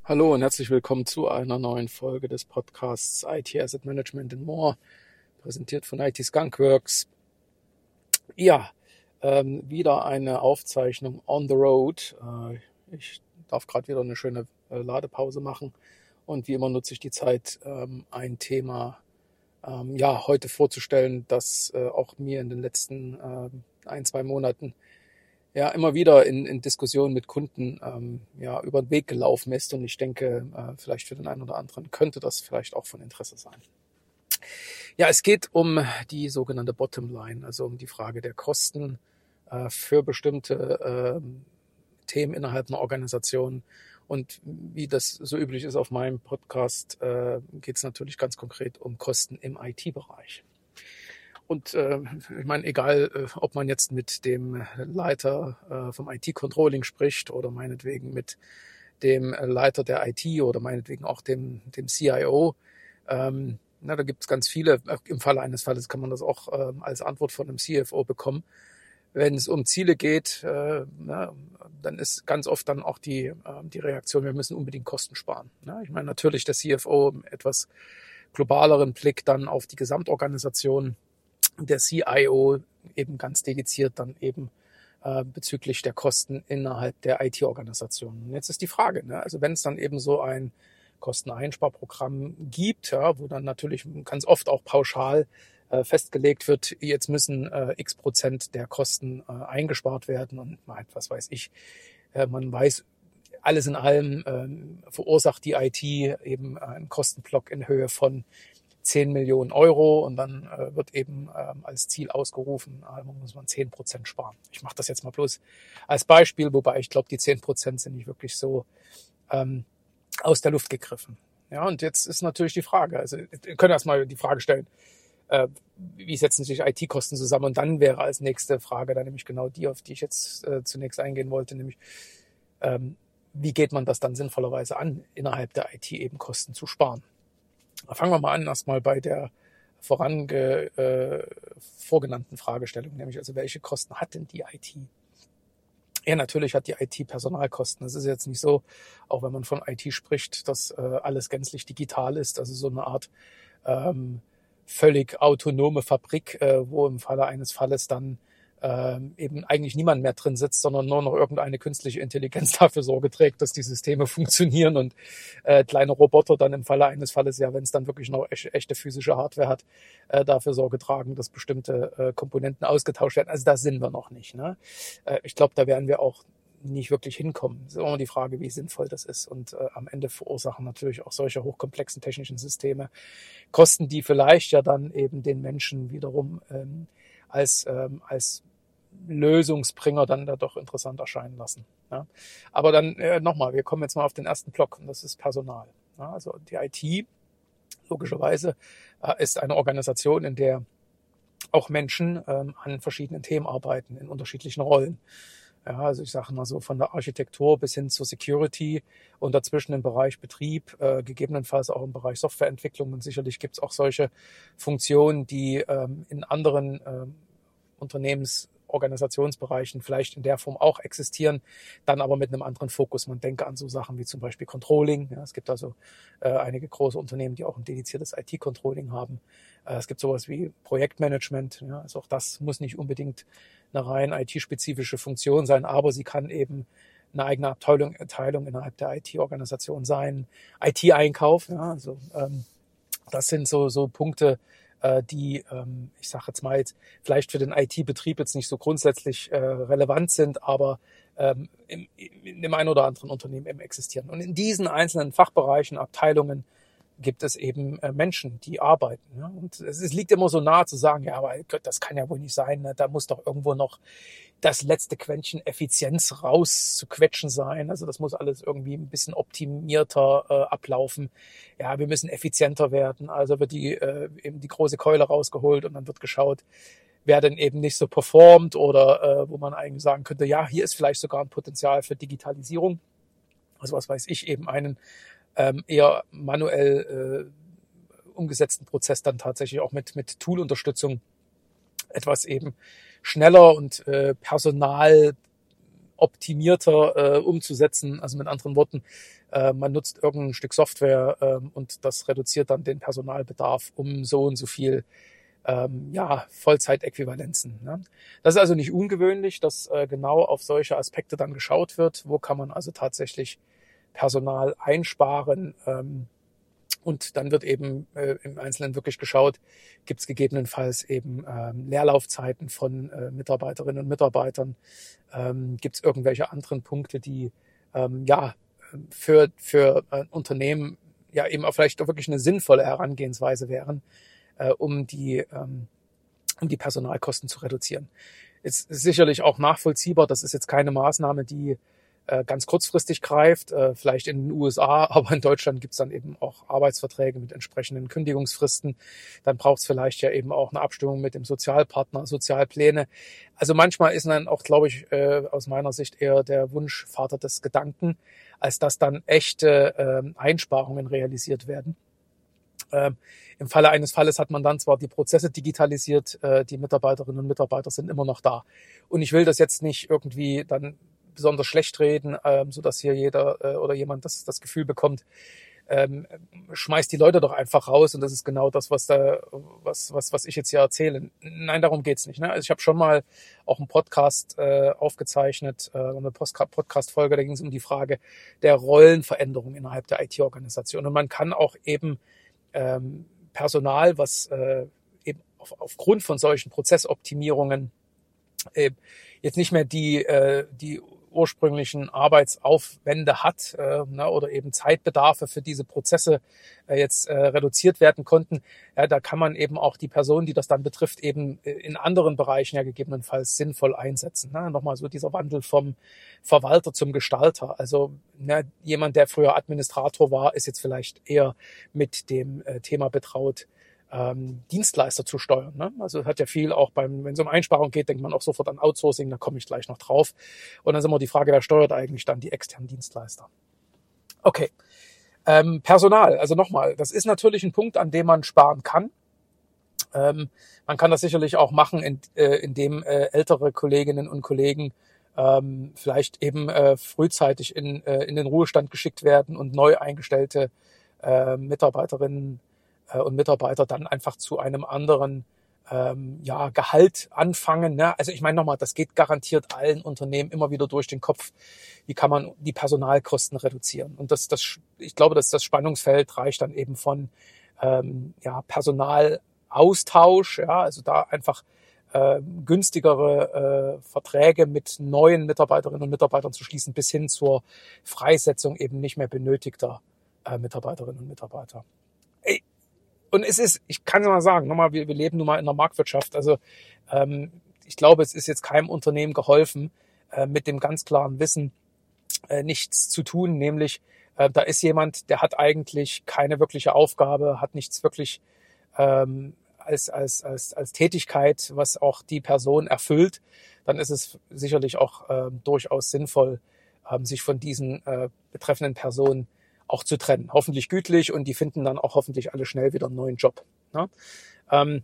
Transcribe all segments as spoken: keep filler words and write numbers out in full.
Hallo und herzlich willkommen zu einer neuen Folge des Podcasts I T Asset Management and More, präsentiert von I T Skunkworks. Ja, ähm, wieder eine Aufzeichnung on the road. Äh, ich darf gerade wieder eine schöne äh, Ladepause machen und wie immer nutze ich die Zeit, ähm, ein Thema ähm, ja heute vorzustellen, das äh, auch mir in den letzten äh, ein, zwei Monaten ja immer wieder in, in Diskussionen mit Kunden ähm, ja über den Weg gelaufen ist, und ich denke, äh, vielleicht für den einen oder anderen könnte das vielleicht auch von Interesse sein. Ja, es geht um die sogenannte Bottomline, also um die Frage der Kosten äh, für bestimmte äh, Themen innerhalb einer Organisation. Und wie das so üblich ist auf meinem Podcast, äh, geht es natürlich ganz konkret um Kosten im I T-Bereich. Und äh, ich meine, egal, äh, ob man jetzt mit dem Leiter äh, vom I T-Controlling spricht oder meinetwegen mit dem Leiter der I T oder meinetwegen auch dem, dem C I O, ähm, na, da gibt es ganz viele. Im Falle eines Falles kann man das auch äh, als Antwort von einem C F O bekommen. Wenn es um Ziele geht, äh, na, dann ist ganz oft dann auch die, äh, die Reaktion, wir müssen unbedingt Kosten sparen. Na, ich meine, natürlich der C F O etwas globaleren Blick dann auf die Gesamtorganisation, der C I O eben ganz dediziert dann eben äh, bezüglich der Kosten innerhalb der I T-Organisation. Und jetzt ist die Frage, ne? Also wenn es dann eben so ein Kosteneinsparprogramm gibt, ja, wo dann natürlich ganz oft auch pauschal äh, festgelegt wird, jetzt müssen äh, x Prozent der Kosten äh, eingespart werden und was weiß ich, äh, man weiß, alles in allem äh, verursacht die I T eben einen Kostenblock in Höhe von zehn Millionen Euro, und dann äh, wird eben ähm, als Ziel ausgerufen, äh, muss man zehn Prozent sparen. Ich mache das jetzt mal bloß als Beispiel, wobei ich glaube, die zehn Prozent sind nicht wirklich so ähm, aus der Luft gegriffen. Ja, und jetzt ist natürlich die Frage, also wir können erstmal die Frage stellen, äh, wie setzen sich I T-Kosten zusammen, und dann wäre als nächste Frage dann nämlich genau die, auf die ich jetzt äh, zunächst eingehen wollte, nämlich ähm, wie geht man das dann sinnvollerweise an, innerhalb der I T eben Kosten zu sparen. Fangen wir mal an, erstmal bei der vorange, äh, vorgenannten Fragestellung, nämlich also welche Kosten hat denn die I T? Ja, natürlich hat die I T Personalkosten. Es ist jetzt nicht so, auch wenn man von I T spricht, dass äh, alles gänzlich digital ist, also so eine Art ähm, völlig autonome Fabrik, äh, wo im Falle eines Falles dann ähm, eben eigentlich niemand mehr drin sitzt, sondern nur noch irgendeine künstliche Intelligenz dafür Sorge trägt, dass die Systeme funktionieren und äh, kleine Roboter dann im Falle eines Falles, ja, wenn es dann wirklich noch echt, echte physische Hardware hat, äh, dafür Sorge tragen, dass bestimmte äh, Komponenten ausgetauscht werden. Also da sind wir noch nicht. Ne? Äh, ich glaube, da werden wir auch nicht wirklich hinkommen. Es ist immer die Frage, wie sinnvoll das ist. Und äh, am Ende verursachen natürlich auch solche hochkomplexen technischen Systeme Kosten, die vielleicht ja dann eben den Menschen wiederum ähm, als, ähm, als Lösungsbringer dann da doch interessant erscheinen lassen. Ja. Aber dann äh, nochmal, wir kommen jetzt mal auf den ersten Block, und das ist Personal. Ja, also die I T, logischerweise, äh, ist eine Organisation, in der auch Menschen ähm, an verschiedenen Themen arbeiten, in unterschiedlichen Rollen. Ja, also ich sage mal so von der Architektur bis hin zur Security und dazwischen im Bereich Betrieb, äh, gegebenenfalls auch im Bereich Softwareentwicklung. Und sicherlich gibt es auch solche Funktionen, die ähm, in anderen ähm, Unternehmensorganisationsbereichen vielleicht in der Form auch existieren, dann aber mit einem anderen Fokus. Man denke an so Sachen wie zum Beispiel Controlling. Ja, es gibt also äh, einige große Unternehmen, die auch ein dediziertes I T-Controlling haben. Äh, es gibt sowas wie Projektmanagement. Ja, also auch das muss nicht unbedingt eine rein I T-spezifische Funktion sein, aber sie kann eben eine eigene Abteilung, Abteilung innerhalb der I T-Organisation sein. I T-Einkauf, ja, also ähm, das sind so so Punkte, äh, die, ähm, ich sage jetzt mal jetzt, vielleicht für den I T-Betrieb jetzt nicht so grundsätzlich äh, relevant sind, aber ähm, im, in dem einen oder anderen Unternehmen eben existieren. Und in diesen einzelnen Fachbereichen, Abteilungen gibt es eben äh, Menschen, die arbeiten. Ja? Und es, es liegt immer so nahe zu sagen, ja, aber Gott, das kann ja wohl nicht sein. Ne? Da muss doch irgendwo noch das letzte Quäntchen Effizienz rauszuquetschen sein. Also das muss alles irgendwie ein bisschen optimierter äh, ablaufen. Ja, wir müssen effizienter werden. Also wird die äh, eben die große Keule rausgeholt, und dann wird geschaut, wer denn eben nicht so performt, oder äh, wo man eigentlich sagen könnte, ja, hier ist vielleicht sogar ein Potenzial für Digitalisierung. Also was weiß ich, eben einen ähm, eher manuell äh, umgesetzten Prozess dann tatsächlich auch mit mit Tool-Unterstützung etwas eben schneller und äh, Personal optimierter äh, umzusetzen. Also mit anderen Worten, äh, man nutzt irgendein Stück Software äh, und das reduziert dann den Personalbedarf um so und so viel ähm, ja, Vollzeitäquivalenzen. Ne? Das ist also nicht ungewöhnlich, dass äh, genau auf solche Aspekte dann geschaut wird. Wo kann man also tatsächlich Personal einsparen? Ähm, und dann wird eben äh, im Einzelnen wirklich geschaut, gibt es gegebenenfalls eben ähm, Leerlaufzeiten von äh, Mitarbeiterinnen und Mitarbeitern, ähm, gibt es irgendwelche anderen Punkte, die ähm, ja für für ein Unternehmen ja eben auch vielleicht auch wirklich eine sinnvolle Herangehensweise wären, äh, um die ähm, um die Personalkosten zu reduzieren. Ist, ist sicherlich auch nachvollziehbar. Das ist jetzt keine Maßnahme, die äh, ganz kurzfristig greift, äh, vielleicht in den U S A, aber in Deutschland gibt es dann eben auch Arbeitsverträge mit entsprechenden Kündigungsfristen. Dann braucht es vielleicht ja eben auch eine Abstimmung mit dem Sozialpartner, Sozialpläne. Also manchmal ist dann auch, glaube ich, äh, aus meiner Sicht eher der Wunsch Vater des Gedanken, als dass dann echte äh, Einsparungen realisiert werden. Ähm, Im Falle eines Falles hat man dann zwar die Prozesse digitalisiert, äh, die Mitarbeiterinnen und Mitarbeiter sind immer noch da. Und ich will das jetzt nicht irgendwie dann besonders schlecht reden, ähm, sodass hier jeder äh, oder jemand das, das Gefühl bekommt, ähm, schmeißt die Leute doch einfach raus und das ist genau das, was da, was, was, was ich jetzt hier erzähle. Nein, darum geht's nicht. Ne? Also ich habe schon mal auch einen Podcast äh, aufgezeichnet, äh, eine Podcast-Folge, da ging es um die Frage der Rollenveränderung innerhalb der I T-Organisation. Und man kann auch eben ähm, Personal, was äh, eben auf, aufgrund von solchen Prozessoptimierungen äh, jetzt nicht mehr die, äh, die ursprünglichen Arbeitsaufwände hat äh, ne, oder eben Zeitbedarfe für diese Prozesse äh, jetzt äh, reduziert werden konnten, ja, da kann man eben auch die Person, die das dann betrifft, eben in anderen Bereichen ja gegebenenfalls sinnvoll einsetzen. Ne? Nochmal so dieser Wandel vom Verwalter zum Gestalter. Also ne, jemand, der früher Administrator war, ist jetzt vielleicht eher mit dem äh, Thema betraut, Ähm, Dienstleister zu steuern. Ne? Also hat ja viel auch beim, wenn es um Einsparung geht, denkt man auch sofort an Outsourcing, da komme ich gleich noch drauf. Und dann ist immer die Frage, wer steuert eigentlich dann die externen Dienstleister? Okay, ähm, Personal, also nochmal, das ist natürlich ein Punkt, an dem man sparen kann. Ähm, man kann das sicherlich auch machen, in, äh, indem äh, ältere Kolleginnen und Kollegen ähm, vielleicht eben äh, frühzeitig in, äh, in den Ruhestand geschickt werden und neu eingestellte äh, Mitarbeiterinnen und Mitarbeiter dann einfach zu einem anderen ähm, ja, Gehalt anfangen. Ne? Also ich meine nochmal, das geht garantiert allen Unternehmen immer wieder durch den Kopf. Wie kann man die Personalkosten reduzieren? Und das, das, ich glaube, dass das Spannungsfeld reicht dann eben von ähm, ja, Personalaustausch, ja, also da einfach äh, günstigere äh, Verträge mit neuen Mitarbeiterinnen und Mitarbeitern zu schließen, bis hin zur Freisetzung eben nicht mehr benötigter äh, Mitarbeiterinnen und Mitarbeiter. Ey, Und es ist, ich kann es mal sagen, nochmal, wir, wir leben nun mal in einer Marktwirtschaft. Also ähm, ich glaube, es ist jetzt keinem Unternehmen geholfen, äh, mit dem ganz klaren Wissen äh, nichts zu tun. Nämlich, äh, da ist jemand, der hat eigentlich keine wirkliche Aufgabe, hat nichts wirklich ähm, als, als, als, als Tätigkeit, was auch die Person erfüllt. Dann ist es sicherlich auch äh, durchaus sinnvoll, äh, sich von diesen äh, betreffenden Personen auch zu trennen. Hoffentlich gütlich und die finden dann auch hoffentlich alle schnell wieder einen neuen Job. Ne? Ähm,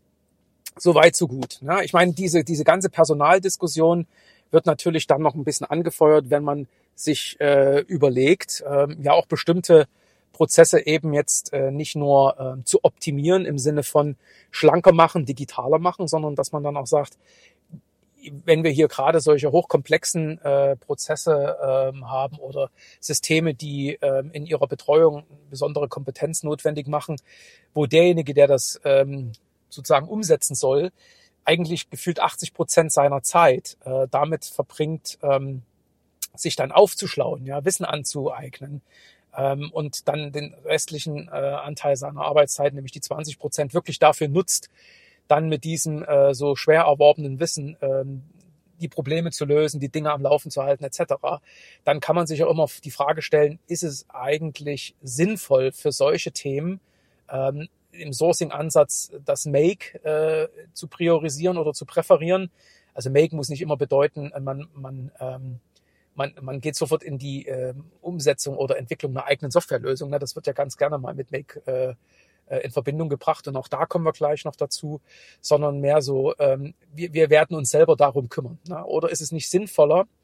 so weit, so gut. Ne? Ich meine, diese, diese ganze Personaldiskussion wird natürlich dann noch ein bisschen angefeuert, wenn man sich äh, überlegt, äh, ja auch bestimmte Prozesse eben jetzt äh, nicht nur äh, zu optimieren im Sinne von schlanker machen, digitaler machen, sondern dass man dann auch sagt, wenn wir hier gerade solche hochkomplexen äh, Prozesse ähm, haben oder Systeme, die ähm, in ihrer Betreuung besondere Kompetenz notwendig machen, wo derjenige, der das ähm, sozusagen umsetzen soll, eigentlich gefühlt achtzig Prozent seiner Zeit äh, damit verbringt, ähm, sich dann aufzuschlauen, ja, Wissen anzueignen ähm, und dann den restlichen äh, Anteil seiner Arbeitszeit, nämlich die zwanzig Prozent, wirklich dafür nutzt, dann mit diesem äh, so schwer erworbenen Wissen ähm, die Probleme zu lösen, die Dinge am Laufen zu halten et cetera, dann kann man sich ja immer die Frage stellen, ist es eigentlich sinnvoll für solche Themen ähm, im Sourcing-Ansatz das Make äh, zu priorisieren oder zu präferieren? Also Make muss nicht immer bedeuten, man, man, ähm, man, man geht sofort in die äh, Umsetzung oder Entwicklung einer eigenen Softwarelösung. Ne? Das wird ja ganz gerne mal mit Make äh, in Verbindung gebracht und auch da kommen wir gleich noch dazu, sondern mehr so, ähm, wir, wir werden uns selber darum kümmern. Ne? Oder ist es nicht sinnvoller,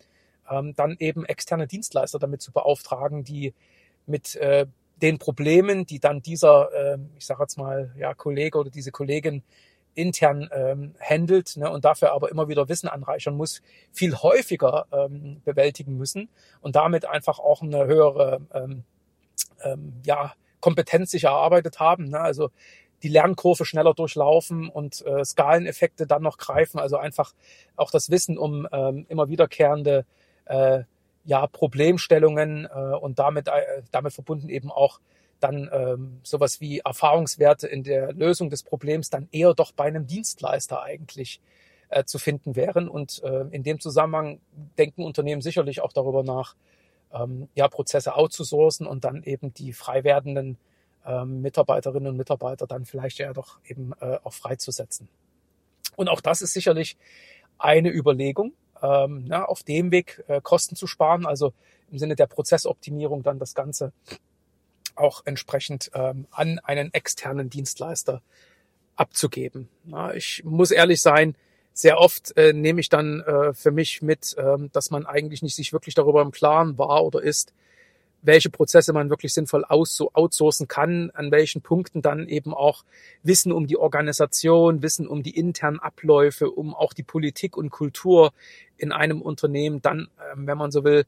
ähm, dann eben externe Dienstleister damit zu beauftragen, die mit äh, den Problemen, die dann dieser, äh, ich sage jetzt mal, ja, Kollege oder diese Kollegin intern ähm, handelt, ne, und dafür aber immer wieder Wissen anreichern muss, viel häufiger ähm, bewältigen müssen und damit einfach auch eine höhere ähm, ähm, ja, Kompetenz sich erarbeitet haben. Ne? Also die Lernkurve schneller durchlaufen und äh, Skaleneffekte dann noch greifen. Also einfach auch das Wissen um ähm, immer wiederkehrende äh, ja, Problemstellungen äh, und damit, äh, damit verbunden eben auch dann ähm, sowas wie Erfahrungswerte in der Lösung des Problems dann eher doch bei einem Dienstleister eigentlich äh, zu finden wären. Und äh, in dem Zusammenhang denken Unternehmen sicherlich auch darüber nach, ähm, ja, Prozesse outzusourcen und dann eben die frei werdenden ähm, Mitarbeiterinnen und Mitarbeiter dann vielleicht ja doch eben äh, auch freizusetzen. Und auch das ist sicherlich eine Überlegung, ähm, ja, auf dem Weg äh, Kosten zu sparen, also im Sinne der Prozessoptimierung dann das Ganze auch entsprechend ähm, an einen externen Dienstleister abzugeben. Ja, ich muss ehrlich sein, sehr oft äh, nehme ich dann äh, für mich mit, ähm, dass man eigentlich nicht sich wirklich darüber im Klaren war oder ist, welche Prozesse man wirklich sinnvoll aus, so outsourcen kann, an welchen Punkten dann eben auch Wissen um die Organisation, Wissen um die internen Abläufe, um auch die Politik und Kultur in einem Unternehmen dann, ähm, wenn man so will,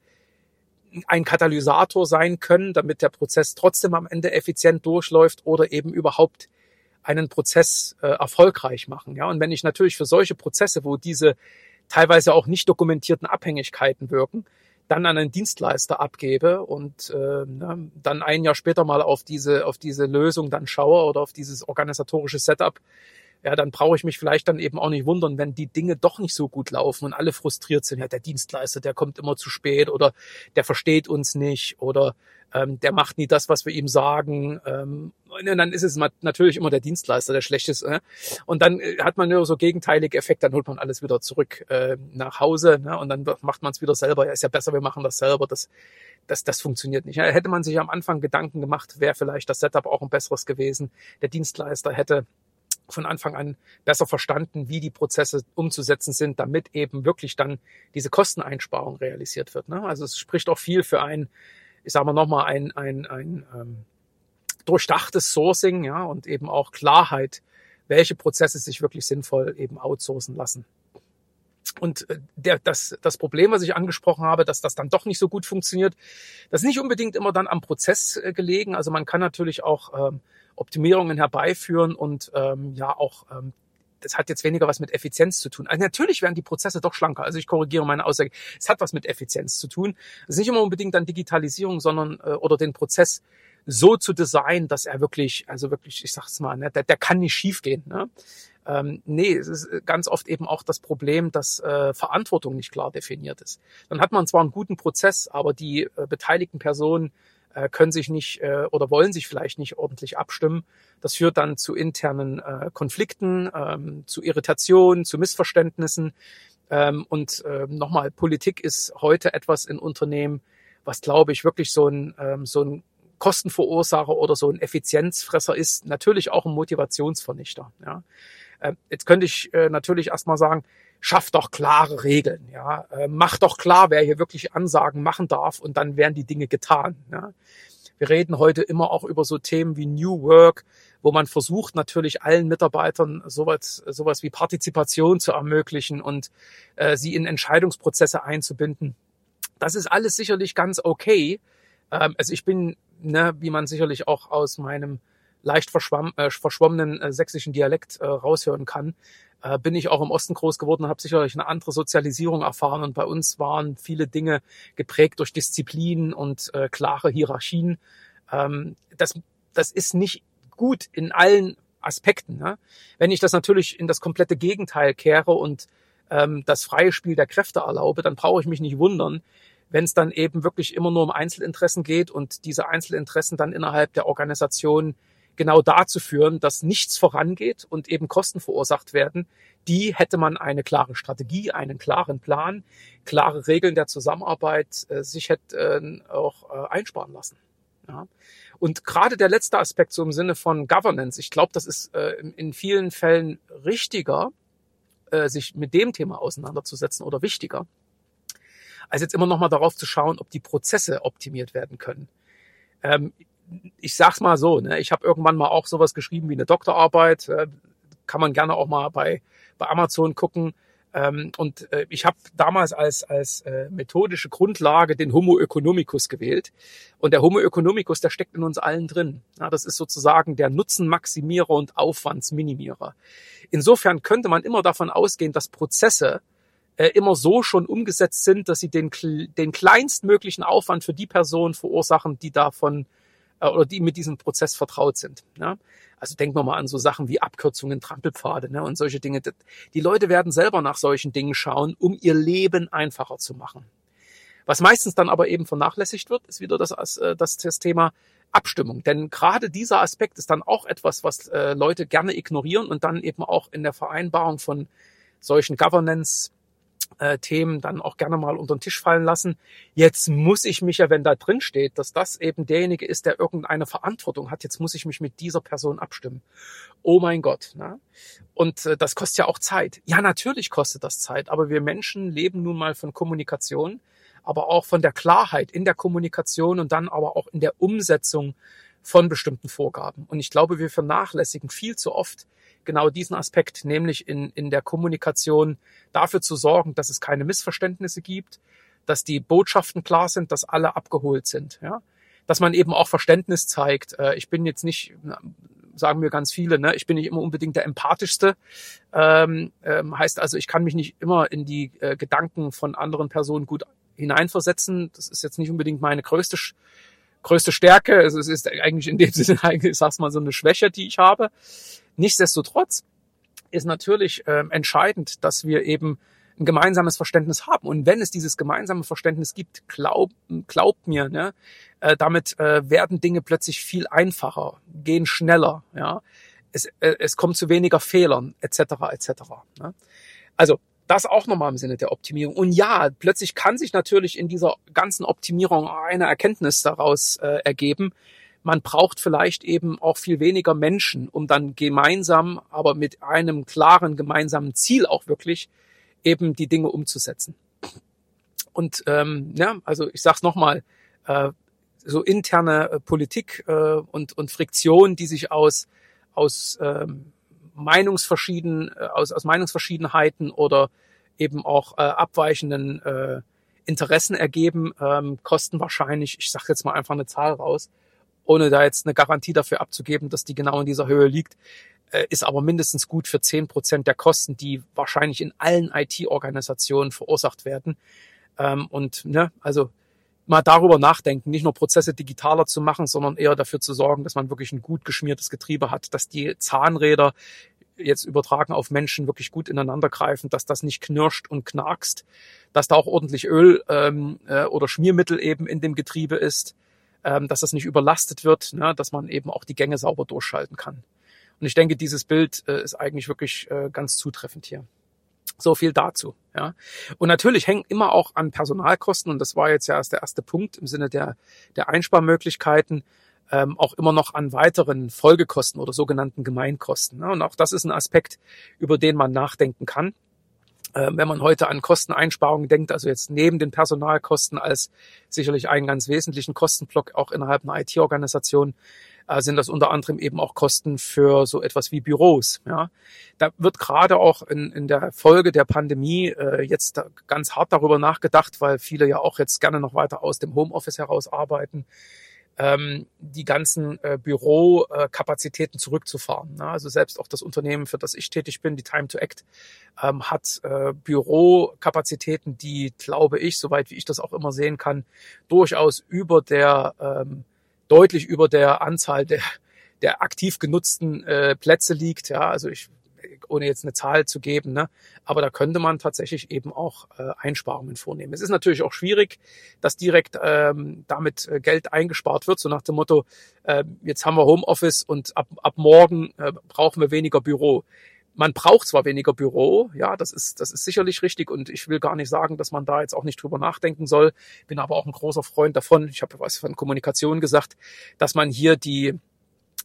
ein Katalysator sein können, damit der Prozess trotzdem am Ende effizient durchläuft oder eben überhaupt einen Prozess äh, erfolgreich machen. Ja, und wenn ich natürlich für solche Prozesse, wo diese teilweise auch nicht dokumentierten Abhängigkeiten wirken, dann an einen Dienstleister abgebe und äh, ne, dann ein Jahr später mal auf diese auf diese Lösung dann schaue oder auf dieses organisatorische Setup, ja, dann brauche ich mich vielleicht dann eben auch nicht wundern, wenn die Dinge doch nicht so gut laufen und alle frustriert sind. Ja, der Dienstleister, der kommt immer zu spät oder der versteht uns nicht oder ähm, der macht nie das, was wir ihm sagen. Ähm, und dann ist es natürlich immer der Dienstleister, der schlecht ist. Äh? Und dann hat man nur so gegenteilige Effekte, dann holt man alles wieder zurück äh, nach Hause, ne? Und dann macht man es wieder selber. Ja, ist ja besser, wir machen das selber. Das, das, das funktioniert nicht. Ja, hätte man sich am Anfang Gedanken gemacht, wäre vielleicht das Setup auch ein besseres gewesen. Der Dienstleister hätte von Anfang an besser verstanden, wie die Prozesse umzusetzen sind, damit eben wirklich dann diese Kosteneinsparung realisiert wird. Ne? Also es spricht auch viel für ein, ich sage mal nochmal, ein, ein, ein ähm, durchdachtes Sourcing, ja, und eben auch Klarheit, welche Prozesse sich wirklich sinnvoll eben outsourcen lassen. Und der, das, das Problem, was ich angesprochen habe, dass das dann doch nicht so gut funktioniert, das ist nicht unbedingt immer dann am Prozess äh, gelegen. Also man kann natürlich auch ähm, Optimierungen herbeiführen und ähm, ja auch, ähm, das hat jetzt weniger was mit Effizienz zu tun. Also natürlich werden die Prozesse doch schlanker. Also ich korrigiere meine Aussage. Es hat was mit Effizienz zu tun. Es ist nicht immer unbedingt dann Digitalisierung, sondern äh, oder den Prozess so zu designen, dass er wirklich, also wirklich, ich sag's mal, ne, der, der kann nicht schiefgehen. Ne? Ähm, nee, es ist ganz oft eben auch das Problem, dass äh, Verantwortung nicht klar definiert ist. Dann hat man zwar einen guten Prozess, aber die äh, beteiligten Personen äh, können sich nicht äh, oder wollen sich vielleicht nicht ordentlich abstimmen. Das führt dann zu internen äh, Konflikten, ähm, zu Irritationen, zu Missverständnissen. Ähm, und äh, nochmal, Politik ist heute etwas in Unternehmen, was, glaube ich, wirklich so ein, ähm, so ein Kostenverursacher oder so ein Effizienzfresser ist, natürlich auch ein Motivationsvernichter. Ja. Äh, jetzt könnte ich äh, natürlich erstmal sagen, schaff doch klare Regeln, ja, äh, mach doch klar, wer hier wirklich Ansagen machen darf und dann werden die Dinge getan. Ja. Wir reden heute immer auch über so Themen wie New Work, wo man versucht natürlich allen Mitarbeitern sowas, sowas wie Partizipation zu ermöglichen und äh, sie in Entscheidungsprozesse einzubinden. Das ist alles sicherlich ganz okay. Ähm, also ich bin, ne, wie man sicherlich auch aus meinem leicht verschwamm, äh, verschwommenen äh, sächsischen Dialekt äh, raushören kann, äh, bin ich auch im Osten groß geworden und habe sicherlich eine andere Sozialisierung erfahren. Und bei uns waren viele Dinge geprägt durch Disziplin und äh, klare Hierarchien. Ähm, das, das ist nicht gut in allen Aspekten. Ne? Wenn ich das natürlich in das komplette Gegenteil kehre und ähm, das freie Spiel der Kräfte erlaube, dann brauche ich mich nicht wundern, wenn es dann eben wirklich immer nur um Einzelinteressen geht und diese Einzelinteressen dann innerhalb der Organisation genau dazu führen, dass nichts vorangeht und eben Kosten verursacht werden, die hätte man eine klare Strategie, einen klaren Plan, klare Regeln der Zusammenarbeit äh, sich hätte äh, auch äh, einsparen lassen. Ja. Und gerade der letzte Aspekt so im Sinne von Governance, ich glaube, das ist äh, in vielen Fällen richtiger, äh, sich mit dem Thema auseinanderzusetzen oder wichtiger, als jetzt immer noch mal darauf zu schauen, ob die Prozesse optimiert werden können. Ähm, ich sag's mal so, ne, ich habe irgendwann mal auch sowas geschrieben wie eine Doktorarbeit, äh, kann man gerne auch mal bei, bei Amazon gucken. Ähm, und äh, ich habe damals als, als äh, methodische Grundlage den Homo economicus gewählt. Und der Homo economicus, der steckt in uns allen drin. Ja, das ist sozusagen der Nutzenmaximierer und Aufwandsminimierer. Insofern könnte man immer davon ausgehen, dass Prozesse äh, immer so schon umgesetzt sind, dass sie den, den kleinstmöglichen Aufwand für die Personen verursachen, die davon äh, oder die mit diesem Prozess vertraut sind. Ja? Also denken wir mal an so Sachen wie Abkürzungen, Trampelpfade, ne, und solche Dinge. Die Leute werden selber nach solchen Dingen schauen, um ihr Leben einfacher zu machen. Was meistens dann aber eben vernachlässigt wird, ist wieder das, das, das Thema Abstimmung. Denn gerade dieser Aspekt ist dann auch etwas, was äh, Leute gerne ignorieren und dann eben auch in der Vereinbarung von solchen Governance Äh, Themen dann auch gerne mal unter den Tisch fallen lassen. Jetzt muss ich mich ja, wenn da drin steht, dass das eben derjenige ist, der irgendeine Verantwortung hat, jetzt muss ich mich mit dieser Person abstimmen. Oh mein Gott. Ne? Und äh, das kostet ja auch Zeit. Ja, natürlich kostet das Zeit, aber wir Menschen leben nun mal von Kommunikation, aber auch von der Klarheit in der Kommunikation und dann aber auch in der Umsetzung von bestimmten Vorgaben. Und ich glaube, wir vernachlässigen viel zu oft genau diesen Aspekt, nämlich in, in der Kommunikation dafür zu sorgen, dass es keine Missverständnisse gibt, dass die Botschaften klar sind, dass alle abgeholt sind, ja, dass man eben auch Verständnis zeigt. Ich bin jetzt nicht, sagen mir ganz viele, ne, ich bin nicht immer unbedingt der empathischste, ähm, ähm, heißt also, ich kann mich nicht immer in die äh, Gedanken von anderen Personen gut hineinversetzen. Das ist jetzt nicht unbedingt meine größte größte Stärke. Also es ist eigentlich in dem Sinne, eigentlich, ich sag's mal, so eine Schwäche, die ich habe. Nichtsdestotrotz ist natürlich äh, entscheidend, dass wir eben ein gemeinsames Verständnis haben. Und wenn es dieses gemeinsame Verständnis gibt, glaub, glaubt mir, ne, äh, damit äh, werden Dinge plötzlich viel einfacher, gehen schneller. Ja, es, äh, es kommt zu weniger Fehlern, et cetera, et cetera. Ne? Also das auch nochmal im Sinne der Optimierung. Und ja, plötzlich kann sich natürlich in dieser ganzen Optimierung eine Erkenntnis daraus äh, ergeben. Man braucht vielleicht eben auch viel weniger Menschen, um dann gemeinsam, aber mit einem klaren gemeinsamen Ziel auch wirklich eben die Dinge umzusetzen. Und ähm, ja, also ich sage es nochmal, äh, so interne äh, Politik äh, und, und Friktion, die sich aus, aus ähm, Meinungsverschieden, äh, aus, aus Meinungsverschiedenheiten oder eben auch äh, abweichenden äh, Interessen ergeben, ähm, kosten wahrscheinlich, ich sage jetzt mal einfach eine Zahl raus, ohne da jetzt eine Garantie dafür abzugeben, dass die genau in dieser Höhe liegt, äh, ist aber mindestens gut für zehn Prozent der Kosten, die wahrscheinlich in allen I T-Organisationen verursacht werden. Ähm, und ne, also mal darüber nachdenken, nicht nur Prozesse digitaler zu machen, sondern eher dafür zu sorgen, dass man wirklich ein gut geschmiertes Getriebe hat, dass die Zahnräder jetzt übertragen auf Menschen wirklich gut ineinander greifen, dass das nicht knirscht und knarkst, dass da auch ordentlich Öl ähm, äh, oder Schmiermittel eben in dem Getriebe ist, ähm, dass das nicht überlastet wird, ne, dass man eben auch die Gänge sauber durchschalten kann. Und ich denke, dieses Bild äh, ist eigentlich wirklich äh, ganz zutreffend hier. So viel dazu. Ja. Und natürlich hängen immer auch an Personalkosten, und das war jetzt ja erst der erste Punkt im Sinne der, der Einsparmöglichkeiten, ähm, auch immer noch an weiteren Folgekosten oder sogenannten Gemeinkosten. Ne. Und auch das ist ein Aspekt, über den man nachdenken kann. Ähm, wenn man heute an Kosteneinsparungen denkt, also jetzt neben den Personalkosten als sicherlich einen ganz wesentlichen Kostenblock auch innerhalb einer I T-Organisation, äh, sind das unter anderem eben auch Kosten für so etwas wie Büros. Ja, da wird gerade auch in, in der Folge der Pandemie äh, jetzt da ganz hart darüber nachgedacht, weil viele ja auch jetzt gerne noch weiter aus dem Homeoffice heraus arbeiten, ähm, die ganzen äh, Bürokapazitäten äh, zurückzufahren. Ne? Also selbst auch das Unternehmen, für das ich tätig bin, die Time to Act, ähm, hat äh, Bürokapazitäten, die, glaube ich, soweit wie ich das auch immer sehen kann, durchaus über der ähm, deutlich über der Anzahl der, der aktiv genutzten äh, Plätze liegt. Ja, also ich, ohne jetzt eine Zahl zu geben, ne, aber da könnte man tatsächlich eben auch äh, Einsparungen vornehmen. Es ist natürlich auch schwierig, dass direkt ähm, damit äh, Geld eingespart wird, so nach dem Motto, äh, jetzt haben wir Homeoffice und ab, ab morgen äh, brauchen wir weniger Büro. Man braucht zwar weniger Büro, ja, das ist, das ist sicherlich richtig, und ich will gar nicht sagen, dass man da jetzt auch nicht drüber nachdenken soll, bin aber auch ein großer Freund davon, ich habe was von Kommunikation gesagt, dass man hier die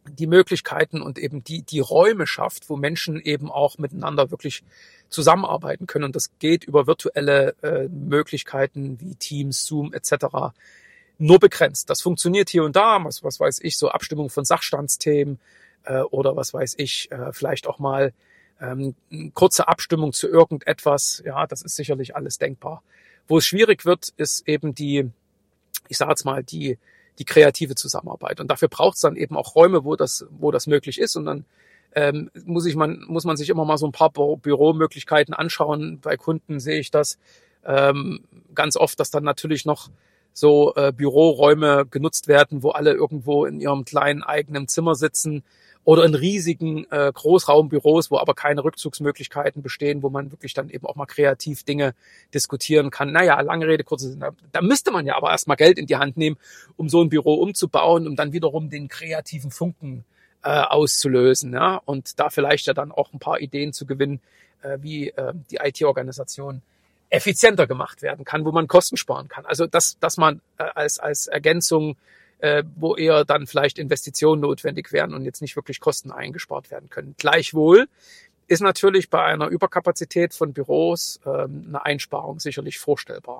die Möglichkeiten und eben die, die Räume schafft, wo Menschen eben auch miteinander wirklich zusammenarbeiten können. Und das geht über virtuelle äh, Möglichkeiten wie Teams, Zoom et cetera nur begrenzt. Das funktioniert hier und da, was, was weiß ich, so Abstimmung von Sachstandsthemen äh, oder was weiß ich, äh, vielleicht auch mal ähm, kurze Abstimmung zu irgendetwas. Ja, das ist sicherlich alles denkbar. Wo es schwierig wird, ist eben die, ich sage jetzt mal, die die kreative Zusammenarbeit. Und dafür braucht es dann eben auch Räume, wo das, wo das möglich ist. Und dann ähm, muss ich man, muss man sich immer mal so ein paar Bü- Büromöglichkeiten anschauen. Bei Kunden sehe ich das ähm, ganz oft, dass dann natürlich noch so äh, Büroräume genutzt werden, wo alle irgendwo in ihrem kleinen eigenen Zimmer sitzen oder in riesigen äh, Großraumbüros, wo aber keine Rückzugsmöglichkeiten bestehen, wo man wirklich dann eben auch mal kreativ Dinge diskutieren kann. Naja, lange Rede, kurzer Sinn. Da, da müsste man ja aber erstmal Geld in die Hand nehmen, um so ein Büro umzubauen, um dann wiederum den kreativen Funken äh, auszulösen. Ja? Und da vielleicht ja dann auch ein paar Ideen zu gewinnen, äh, wie äh, die I T-Organisation effizienter gemacht werden kann, wo man Kosten sparen kann. Also dass, dass man äh, als, als Ergänzung, äh, wo eher dann vielleicht Investitionen notwendig wären und jetzt nicht wirklich Kosten eingespart werden können. Gleichwohl ist natürlich bei einer Überkapazität von Büros ähm, eine Einsparung sicherlich vorstellbar.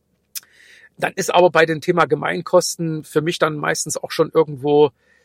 Dann ist aber bei dem Thema Gemeinkosten für mich dann meistens auch schon irgendwo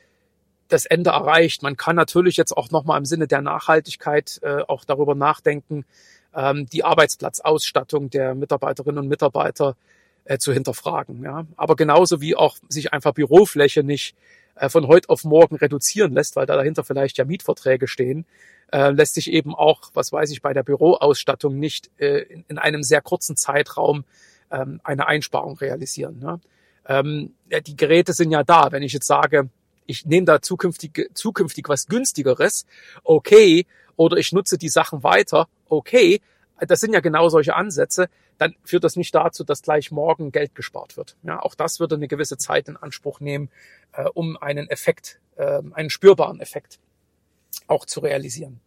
das Ende erreicht. Man kann natürlich jetzt auch nochmal im Sinne der Nachhaltigkeit äh, auch darüber nachdenken, ähm, die Arbeitsplatzausstattung der Mitarbeiterinnen und Mitarbeiter äh, zu hinterfragen. Ja. Aber genauso wie auch sich einfach Bürofläche nicht äh, von heute auf morgen reduzieren lässt, weil da dahinter vielleicht ja Mietverträge stehen, äh, lässt sich eben auch, was weiß ich, bei der Büroausstattung nicht äh, in, in einem sehr kurzen Zeitraum ähm, eine Einsparung realisieren. Ne. Ähm, ja, die Geräte sind ja da. Wenn ich jetzt sage, ich nehme da zukünftig, zukünftig was Günstigeres, okay, oder ich nutze die Sachen weiter, okay, das sind ja genau solche Ansätze, dann führt das nicht dazu, dass gleich morgen Geld gespart wird. Ja, auch das würde eine gewisse Zeit in Anspruch nehmen, äh, um einen Effekt, äh, einen spürbaren Effekt auch zu realisieren.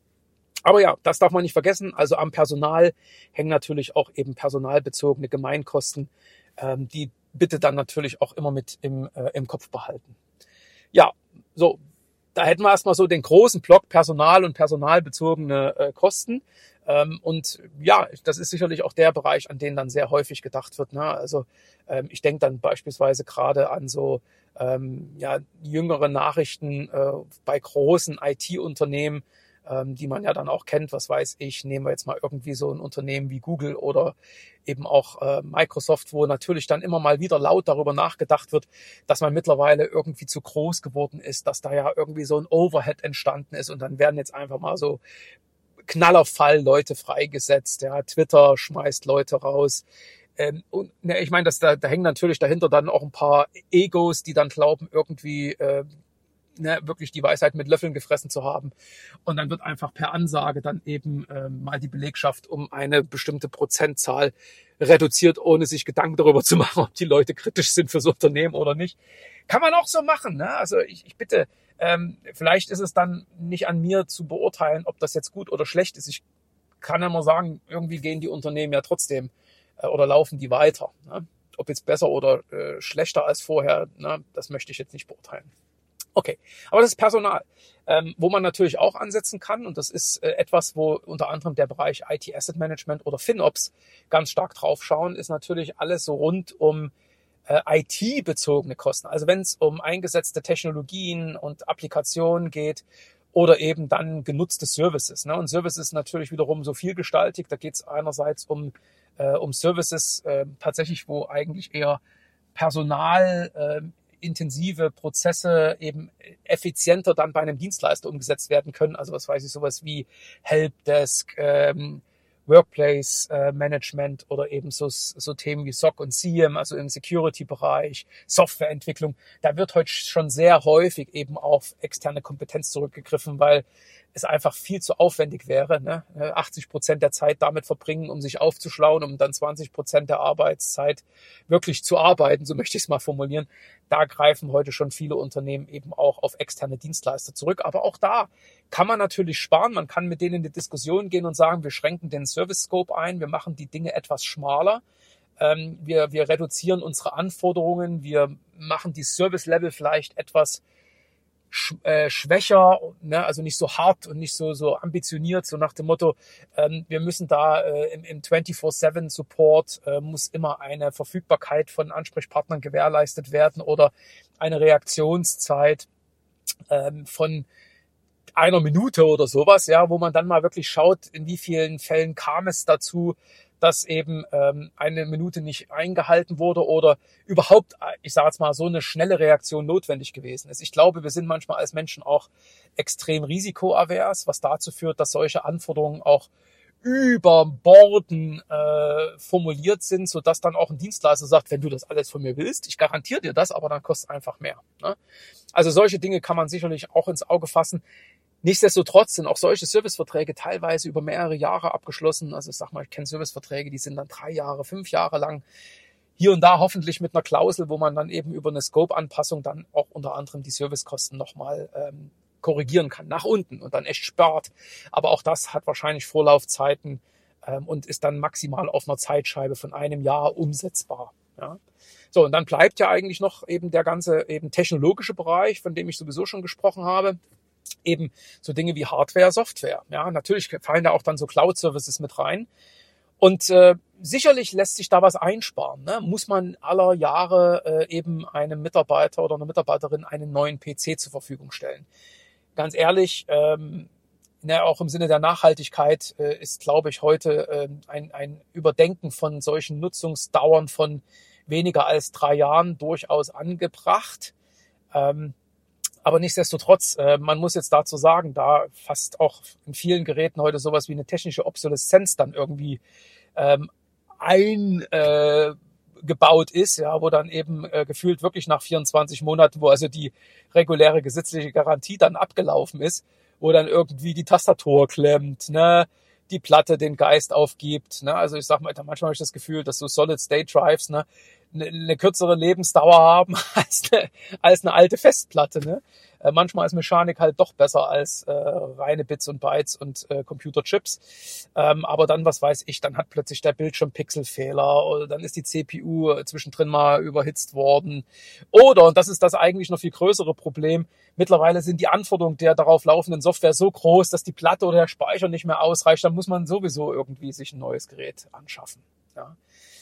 Aber ja, das darf man nicht vergessen. Also am Personal hängen natürlich auch eben personalbezogene Gemeinkosten, ähm, die bitte dann natürlich auch immer mit im, äh, im Kopf behalten. Ja, so, da hätten wir erstmal so den großen Block Personal und personalbezogene äh, Kosten. Ähm, und ja, das ist sicherlich auch der Bereich, an den dann sehr häufig gedacht wird. Ne? Also ähm, ich denke dann beispielsweise gerade an so ähm, ja, jüngere Nachrichten äh, bei großen I T-Unternehmen, ähm, die man ja dann auch kennt. Was weiß ich, nehmen wir jetzt mal irgendwie so ein Unternehmen wie Google oder eben auch äh, Microsoft, wo natürlich dann immer mal wieder laut darüber nachgedacht wird, dass man mittlerweile irgendwie zu groß geworden ist, dass da ja irgendwie so ein Overhead entstanden ist und dann werden jetzt einfach mal so Knallerfall Leute freigesetzt, ja, Twitter schmeißt Leute raus. Ähm, und ne, ich meine, dass da, da hängen natürlich dahinter dann auch ein paar Egos, die dann glauben, irgendwie äh, ne, wirklich die Weisheit mit Löffeln gefressen zu haben. Und dann wird einfach per Ansage dann eben äh, mal die Belegschaft um eine bestimmte Prozentzahl reduziert, ohne sich Gedanken darüber zu machen, ob die Leute kritisch sind fürs Unternehmen oder nicht. Kann man auch so machen. Ne? Also ich, ich bitte, ähm, vielleicht ist es dann nicht an mir zu beurteilen, ob das jetzt gut oder schlecht ist. Ich kann immer sagen, irgendwie gehen die Unternehmen ja trotzdem äh, oder laufen die weiter. Ne? Ob jetzt besser oder äh, schlechter als vorher, ne? Das möchte ich jetzt nicht beurteilen. Okay, aber das ist Personal, ähm, wo man natürlich auch ansetzen kann und das ist äh, etwas, wo unter anderem der Bereich I T Asset Management oder FinOps ganz stark draufschauen, ist natürlich alles so rund um äh, I T-bezogene Kosten. Also wenn es um eingesetzte Technologien und Applikationen geht oder eben dann genutzte Services. Ne? Und Services ist natürlich wiederum so vielgestaltig. Da geht es einerseits um, äh, um Services äh, tatsächlich, wo eigentlich eher Personal äh, intensive Prozesse eben effizienter dann bei einem Dienstleister umgesetzt werden können. Also was weiß ich, sowas wie Helpdesk, ähm, Workplace äh, Management oder eben so, so Themen wie S O C und S I E M, also im Security-Bereich, Softwareentwicklung. Da wird heute schon sehr häufig eben auf externe Kompetenz zurückgegriffen, weil es einfach viel zu aufwendig wäre, ne? achtzig Prozent der Zeit damit verbringen, um sich aufzuschlauen, um dann zwanzig Prozent der Arbeitszeit wirklich zu arbeiten, so möchte ich es mal formulieren. Da greifen heute schon viele Unternehmen eben auch auf externe Dienstleister zurück. Aber auch da kann man natürlich sparen. Man kann mit denen in die Diskussion gehen und sagen, wir schränken den Service Scope ein, wir machen die Dinge etwas schmaler. Ähm, wir, wir reduzieren unsere Anforderungen, wir machen die Service Level vielleicht etwas sch, äh, schwächer, ne? Also nicht so hart und nicht so so ambitioniert, so nach dem Motto, ähm, wir müssen da äh, im, im vierundzwanzig sieben Support äh, muss immer eine Verfügbarkeit von Ansprechpartnern gewährleistet werden oder eine Reaktionszeit ähm, von einer Minute oder sowas, ja, wo man dann mal wirklich schaut, in wie vielen Fällen kam es dazu, dass eben ähm, eine Minute nicht eingehalten wurde oder überhaupt, ich sage jetzt mal, so eine schnelle Reaktion notwendig gewesen ist. Ich glaube, wir sind manchmal als Menschen auch extrem risikoavers, was dazu führt, dass solche Anforderungen auch über Borden äh, formuliert sind, sodass dann auch ein Dienstleister sagt, wenn du das alles von mir willst, ich garantiere dir das, aber dann kostet es einfach mehr. Ne? Also solche Dinge kann man sicherlich auch ins Auge fassen. Nichtsdestotrotz sind auch solche Serviceverträge teilweise über mehrere Jahre abgeschlossen. Also ich sag mal, ich kenne Serviceverträge, die sind dann drei Jahre, fünf Jahre lang. Hier und da hoffentlich mit einer Klausel, wo man dann eben über eine Scope-Anpassung dann auch unter anderem die Servicekosten nochmal ähm, korrigieren kann, nach unten und dann echt spart. Aber auch das hat wahrscheinlich Vorlaufzeiten ähm, und ist dann maximal auf einer Zeitscheibe von einem Jahr umsetzbar. Ja. So, und dann bleibt ja eigentlich noch eben der ganze eben technologische Bereich, von dem ich sowieso schon gesprochen habe. Eben so Dinge wie Hardware, Software. Ja, natürlich fallen da auch dann so Cloud-Services mit rein. Und äh, sicherlich lässt sich da was einsparen. Ne? Muss man aller Jahre äh, eben einem Mitarbeiter oder einer Mitarbeiterin einen neuen P C zur Verfügung stellen. Ganz ehrlich, ähm, ne, auch im Sinne der Nachhaltigkeit äh, ist, glaube ich, heute äh, ein, ein Überdenken von solchen Nutzungsdauern von weniger als drei Jahren durchaus angebracht. Ähm, Aber nichtsdestotrotz, äh, man muss jetzt dazu sagen, da fast auch in vielen Geräten heute sowas wie eine technische Obsoleszenz dann irgendwie ähm, eingebaut äh, ist, ja, wo dann eben äh, gefühlt wirklich nach vierundzwanzig Monaten, wo also die reguläre gesetzliche Garantie dann abgelaufen ist, wo dann irgendwie die Tastatur klemmt, ne, die Platte den Geist aufgibt, ne, also ich sag mal, manchmal habe ich das Gefühl, dass so Solid-State-Drives, ne, eine, eine kürzere Lebensdauer haben als eine, als eine alte Festplatte, ne. Äh, manchmal ist Mechanik halt doch besser als äh, reine Bits und Bytes und äh, Computerchips. Ähm, aber dann, was weiß ich, dann hat plötzlich der Bildschirm Pixelfehler oder dann ist die C P U zwischendrin mal überhitzt worden. Oder, und das ist das eigentlich noch viel größere Problem, mittlerweile sind die Anforderungen der darauf laufenden Software so groß, dass die Platte oder der Speicher nicht mehr ausreicht. Dann muss man sowieso irgendwie sich ein neues Gerät anschaffen. Ja,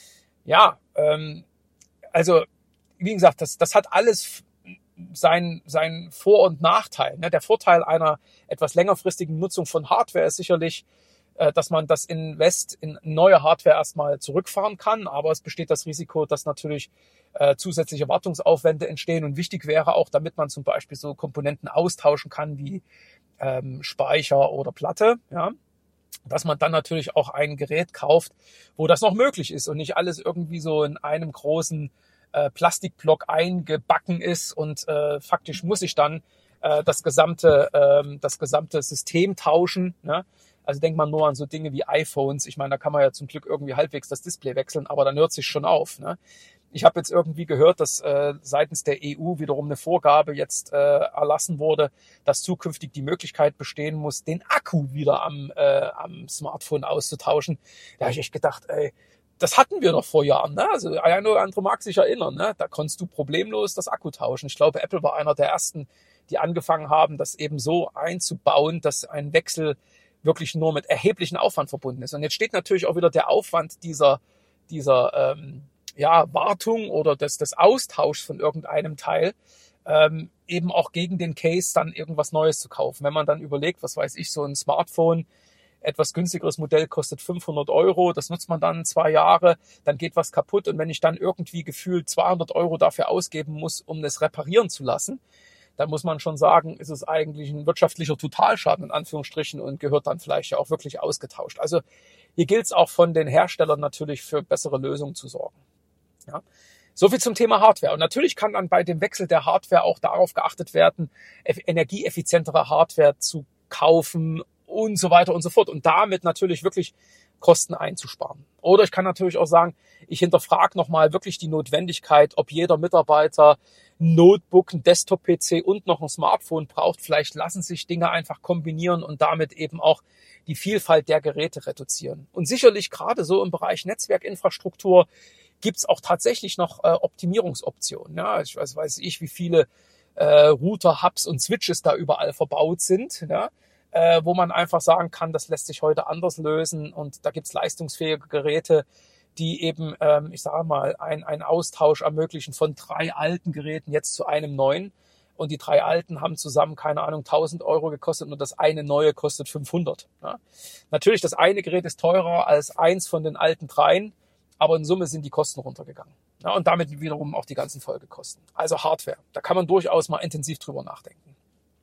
ja ähm, also wie gesagt, das, das hat alles sein, sein Vor- und Nachteil. Der Vorteil einer etwas längerfristigen Nutzung von Hardware ist sicherlich, dass man das Invest in neue Hardware erstmal zurückfahren kann, aber es besteht das Risiko, dass natürlich äh, zusätzliche Wartungsaufwände entstehen und wichtig wäre auch, damit man zum Beispiel so Komponenten austauschen kann wie ähm, Speicher oder Platte, ja, dass man dann natürlich auch ein Gerät kauft, wo das noch möglich ist und nicht alles irgendwie so in einem großen äh, Plastikblock eingebacken ist und äh, faktisch muss ich dann äh, das gesamte äh, das gesamte System tauschen, ne? Also denkt man nur an so Dinge wie iPhones. Ich meine, da kann man ja zum Glück irgendwie halbwegs das Display wechseln, aber dann hört sich schon auf. Ne? Ich habe jetzt irgendwie gehört, dass äh, seitens der E U wiederum eine Vorgabe jetzt äh, erlassen wurde, dass zukünftig die Möglichkeit bestehen muss, den Akku wieder am, äh, am Smartphone auszutauschen. Da habe ich echt gedacht, ey, das hatten wir doch vor Jahren. Ne? Also ein oder andere mag sich erinnern. Ne? Da konntest du problemlos das Akku tauschen. Ich glaube, Apple war einer der ersten, die angefangen haben, das eben so einzubauen, dass ein Wechsel wirklich nur mit erheblichen Aufwand verbunden ist. Und jetzt steht natürlich auch wieder der Aufwand dieser, dieser ähm, ja, Wartung oder des, des Austauschs von irgendeinem Teil ähm, eben auch gegen den Case, dann irgendwas Neues zu kaufen. Wenn man dann überlegt, was weiß ich, so ein Smartphone, etwas günstigeres Modell kostet fünfhundert Euro, das nutzt man dann zwei Jahre, dann geht was kaputt und wenn ich dann irgendwie gefühlt zweihundert Euro dafür ausgeben muss, um das reparieren zu lassen, dann muss man schon sagen, ist es eigentlich ein wirtschaftlicher Totalschaden in Anführungsstrichen und gehört dann vielleicht ja auch wirklich ausgetauscht. Also hier gilt es auch von den Herstellern natürlich für bessere Lösungen zu sorgen. Ja. So viel zum Thema Hardware. Und natürlich kann dann bei dem Wechsel der Hardware auch darauf geachtet werden, energieeffizientere Hardware zu kaufen und so weiter und so fort. Und damit natürlich wirklich Kosten einzusparen. Oder ich kann natürlich auch sagen, ich hinterfrage nochmal wirklich die Notwendigkeit, ob jeder Mitarbeiter ein Notebook, ein Desktop-P C und noch ein Smartphone braucht. Vielleicht lassen sich Dinge einfach kombinieren und damit eben auch die Vielfalt der Geräte reduzieren. Und sicherlich gerade so im Bereich Netzwerkinfrastruktur gibt es auch tatsächlich noch äh, Optimierungsoptionen. Ja, ich weiß, weiß ich, wie viele äh, Router, Hubs und Switches da überall verbaut sind, ja, äh, wo man einfach sagen kann, das lässt sich heute anders lösen und da gibt's leistungsfähige Geräte, die eben, ähm, ich sage mal, ein, einen Austausch ermöglichen von drei alten Geräten jetzt zu einem neuen. Und die drei alten haben zusammen, keine Ahnung, tausend Euro gekostet und das eine neue kostet fünfhundert. Ja. Natürlich, das eine Gerät ist teurer als eins von den alten dreien, aber in Summe sind die Kosten runtergegangen. Ja, und damit wiederum auch die ganzen Folgekosten. Also Hardware, da kann man durchaus mal intensiv drüber nachdenken.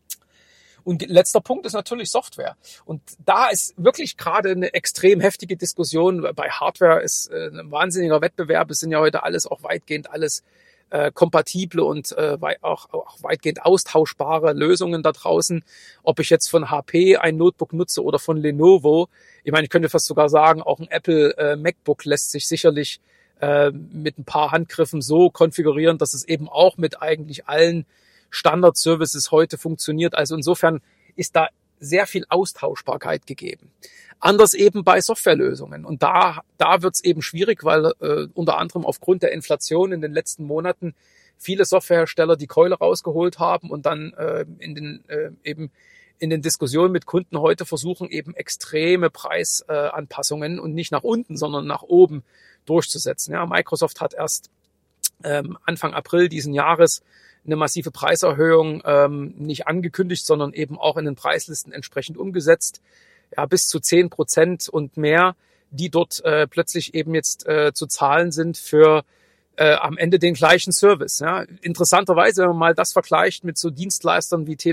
Und letzter Punkt ist natürlich Software. Und da ist wirklich gerade eine extrem heftige Diskussion. Bei Hardware ist ein wahnsinniger Wettbewerb. Es sind ja heute alles auch weitgehend alles äh, kompatible und äh, auch, auch weitgehend austauschbare Lösungen da draußen. Ob ich jetzt von H P ein Notebook nutze oder von Lenovo. Ich meine, ich könnte fast sogar sagen, auch ein Apple äh, MacBook lässt sich sicherlich äh, mit ein paar Handgriffen so konfigurieren, dass es eben auch mit eigentlich allen Standard-Services heute funktioniert. Also insofern ist da sehr viel Austauschbarkeit gegeben. Anders eben bei Softwarelösungen. Und da, da wird es eben schwierig, weil äh, unter anderem aufgrund der Inflation in den letzten Monaten viele Softwarehersteller die Keule rausgeholt haben und dann äh, in den äh, eben in den Diskussionen mit Kunden heute versuchen, eben extreme Preisanpassungen äh, und nicht nach unten, sondern nach oben durchzusetzen. Ja, Microsoft hat erst ähm, Anfang April diesen Jahres eine massive Preiserhöhung ähm, nicht angekündigt, sondern eben auch in den Preislisten entsprechend umgesetzt. Ja, bis zu zehn Prozent und mehr, die dort äh, plötzlich eben jetzt äh, zu zahlen sind für äh, am Ende den gleichen Service. Ja. Interessanterweise, wenn man mal das vergleicht mit so Dienstleistern wie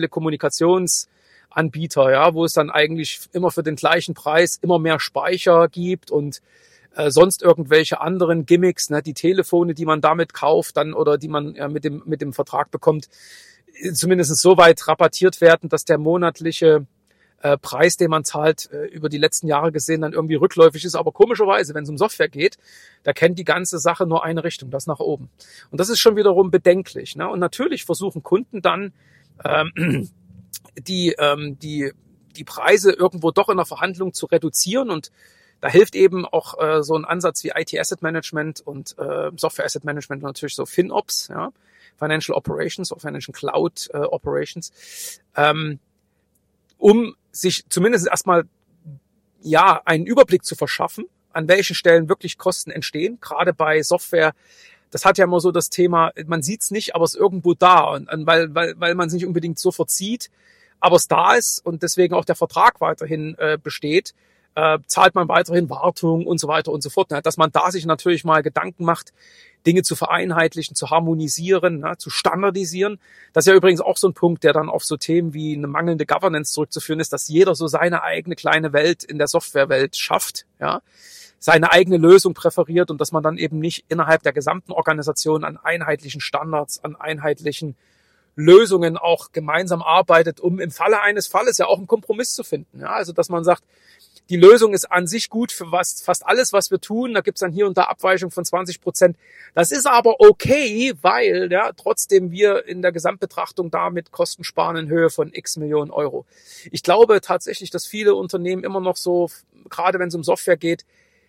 Telekommunikationsanbieter, ja, wo es dann eigentlich immer für den gleichen Preis immer mehr Speicher gibt und äh, sonst irgendwelche anderen Gimmicks, ne, die Telefone, die man damit kauft, dann oder die man ja, mit dem mit dem Vertrag bekommt, zumindest so weit rabattiert werden, dass der monatliche äh, Preis, den man zahlt, äh, über die letzten Jahre gesehen dann irgendwie rückläufig ist. Aber komischerweise, wenn es um Software geht, da kennt die ganze Sache nur eine Richtung, das nach oben. Und das ist schon wiederum bedenklich. Ne? Und natürlich versuchen Kunden dann ähm, die ähm, die die Preise irgendwo doch in der Verhandlung zu reduzieren und da hilft eben auch äh, so ein Ansatz wie I T Asset Management und äh, Software Asset Management, natürlich so FinOps, ja, Financial Operations oder Financial Cloud äh, Operations, ähm, um sich zumindest erstmal ja einen Überblick zu verschaffen, an welchen Stellen wirklich Kosten entstehen. Gerade bei Software, das hat ja immer so das Thema, man sieht es nicht, aber es ist irgendwo da, und, und weil weil weil man es nicht unbedingt sofort sieht, aber es da ist und deswegen auch der Vertrag weiterhin äh, besteht. Äh, zahlt man weiterhin Wartung und so weiter und so fort. Ne? Dass man da sich natürlich mal Gedanken macht, Dinge zu vereinheitlichen, zu harmonisieren, ne? Zu standardisieren. Das ist ja übrigens auch so ein Punkt, der dann auf so Themen wie eine mangelnde Governance zurückzuführen ist, dass jeder so seine eigene kleine Welt in der Softwarewelt schafft, ja, seine eigene Lösung präferiert und dass man dann eben nicht innerhalb der gesamten Organisation an einheitlichen Standards, an einheitlichen Lösungen auch gemeinsam arbeitet, um im Falle eines Falles ja auch einen Kompromiss zu finden. Ja, also dass man sagt, die Lösung ist an sich gut für was, fast alles, was wir tun. Da gibt's dann hier und da Abweichung von zwanzig Prozent. Das ist aber okay, weil ja trotzdem wir in der Gesamtbetrachtung damit Kosten sparen in Höhe von x Millionen Euro. Ich glaube tatsächlich, dass viele Unternehmen immer noch so, gerade wenn es um Software geht,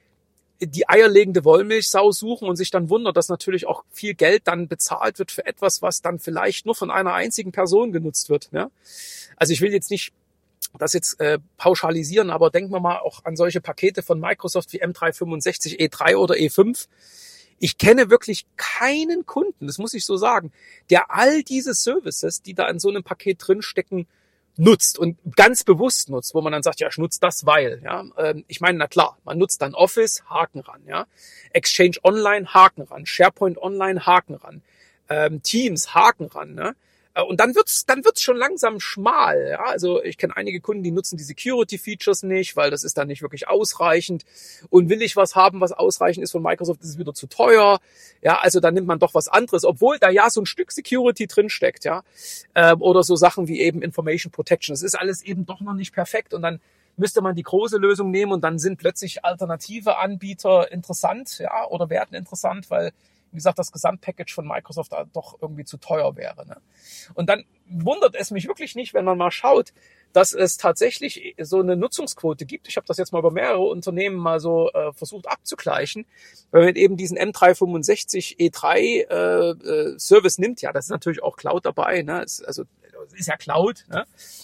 die eierlegende Wollmilchsau suchen und sich dann wundern, dass natürlich auch viel Geld dann bezahlt wird für etwas, was dann vielleicht nur von einer einzigen Person genutzt wird. Ja? Also ich will jetzt nicht das jetzt äh, pauschalisieren, aber denken wir mal auch an solche Pakete von Microsoft wie M dreihundertfünfundsechzig, E drei oder E fünf. Ich kenne wirklich keinen Kunden, das muss ich so sagen, der all diese Services, die da in so einem Paket drinstecken, nutzt und ganz bewusst nutzt, wo man dann sagt, ja, ich nutze das, weil, ja, ähm, ich meine, na klar, man nutzt dann Office, Haken ran, ja, Exchange Online, Haken ran, SharePoint Online, Haken ran, ähm, Teams, Haken ran, ne? Und dann wird's, dann wird's schon langsam schmal. Ja? Also ich kenne einige Kunden, die nutzen die Security-Features nicht, weil das ist dann nicht wirklich ausreichend. Und will ich was haben, was ausreichend ist von Microsoft, ist es wieder zu teuer. Ja, also dann nimmt man doch was anderes, obwohl da ja so ein Stück Security drin steckt, ja, ähm, oder so Sachen wie eben Information Protection. Das ist alles eben doch noch nicht perfekt. Und dann müsste man die große Lösung nehmen und dann sind plötzlich alternative Anbieter interessant, ja, oder werden interessant, weil wie gesagt, das Gesamtpackage von Microsoft doch irgendwie zu teuer wäre. Ne? Und dann wundert es mich wirklich nicht, wenn man mal schaut, dass es tatsächlich so eine Nutzungsquote gibt. Ich habe das jetzt mal bei mehreren Unternehmen mal so äh, versucht abzugleichen. Wenn man eben diesen M drei fünfundsechzig E drei äh, äh, Service nimmt, ja, das ist natürlich auch Cloud dabei, ne? Es, also es ist ja Cloud, ne?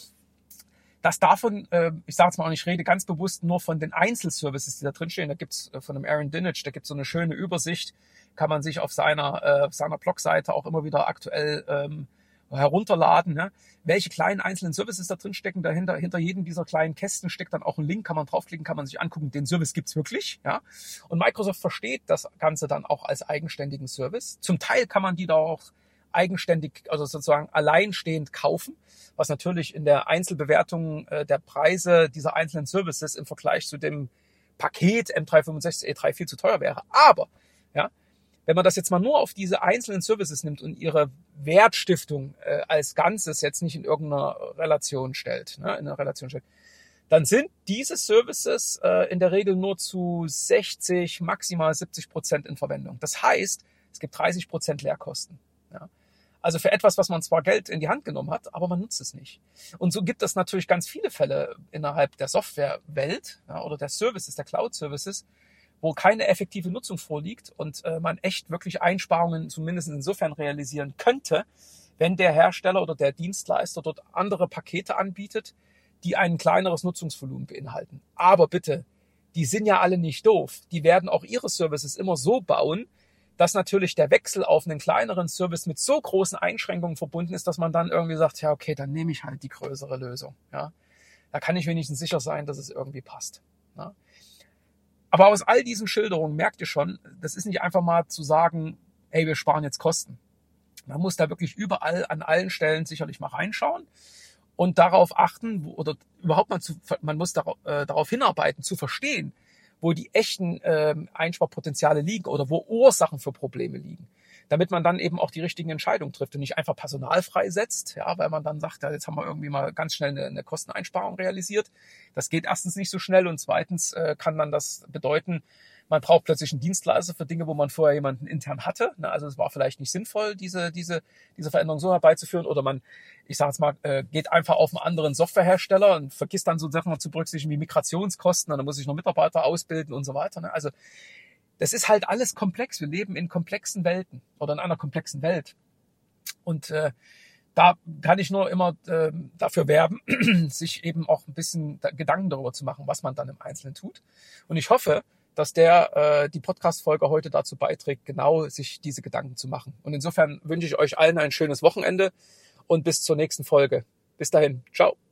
Dass davon, äh, ich sage jetzt mal auch nicht, ich rede ganz bewusst nur von den Einzelservices, die da drinstehen. Da gibt's äh, von dem Aaron Dinich, da gibt's so eine schöne Übersicht, kann man sich auf seiner äh, auf seiner Blogseite auch immer wieder aktuell ähm, herunterladen, ne? Welche kleinen einzelnen Services da drin stecken. Dahinter, hinter jedem dieser kleinen Kästen steckt dann auch ein Link, kann man draufklicken, kann man sich angucken, den Service gibt's wirklich, ja. Und Microsoft versteht das Ganze dann auch als eigenständigen Service. Zum Teil kann man die da auch eigenständig, also sozusagen alleinstehend kaufen, was natürlich in der Einzelbewertung äh, der Preise dieser einzelnen Services im Vergleich zu dem Paket M drei fünfundsechzig E drei viel zu teuer wäre. Aber, ja, wenn man das jetzt mal nur auf diese einzelnen Services nimmt und ihre Wertstiftung äh, als Ganzes jetzt nicht in irgendeiner Relation stellt, ne, in einer Relation stellt, dann sind diese Services äh, in der Regel nur zu sechzig, maximal siebzig Prozent in Verwendung. Das heißt, es gibt dreißig Prozent Leerkosten. Ja. Also für etwas, was man zwar Geld in die Hand genommen hat, aber man nutzt es nicht. Und so gibt es natürlich ganz viele Fälle innerhalb der Softwarewelt, ja, oder der Services, der Cloud-Services, wo keine effektive Nutzung vorliegt und äh, man echt wirklich Einsparungen zumindest insofern realisieren könnte, wenn der Hersteller oder der Dienstleister dort andere Pakete anbietet, die ein kleineres Nutzungsvolumen beinhalten. Aber bitte, die sind ja alle nicht doof. Die werden auch ihre Services immer so bauen, dass natürlich der Wechsel auf einen kleineren Service mit so großen Einschränkungen verbunden ist, dass man dann irgendwie sagt, ja okay, dann nehme ich halt die größere Lösung. Ja, da kann ich wenigstens sicher sein, dass es irgendwie passt. Ja. Aber aus all diesen Schilderungen merkt ihr schon, das ist nicht einfach mal zu sagen, hey, wir sparen jetzt Kosten. Man muss da wirklich überall an allen Stellen sicherlich mal reinschauen und darauf achten, wo, oder überhaupt mal zu, man muss darauf, äh, darauf hinarbeiten, zu verstehen, wo die echten äh, Einsparpotenziale liegen oder wo Ursachen für Probleme liegen, damit man dann eben auch die richtigen Entscheidungen trifft und nicht einfach Personal freisetzt, ja, weil man dann sagt, ja, jetzt haben wir irgendwie mal ganz schnell eine, eine Kosteneinsparung realisiert. Das geht erstens nicht so schnell und zweitens äh, kann dann das bedeuten, man braucht plötzlich einen Dienstleister für Dinge, wo man vorher jemanden intern hatte. Ne? Also es war vielleicht nicht sinnvoll, diese diese diese Veränderung so herbeizuführen. Oder man, ich sage jetzt mal, äh, geht einfach auf einen anderen Softwarehersteller und vergisst dann so Sachen zu berücksichtigen wie Migrationskosten. Und dann muss ich noch Mitarbeiter ausbilden und so weiter. Ne? Also das ist halt alles komplex. Wir leben in komplexen Welten oder in einer komplexen Welt. Und äh, da kann ich nur immer äh, dafür werben, sich eben auch ein bisschen Gedanken darüber zu machen, was man dann im Einzelnen tut. Und ich hoffe, dass der äh, die Podcast-Folge heute dazu beiträgt, genau sich diese Gedanken zu machen. Und insofern wünsche ich euch allen ein schönes Wochenende und bis zur nächsten Folge. Bis dahin. Ciao.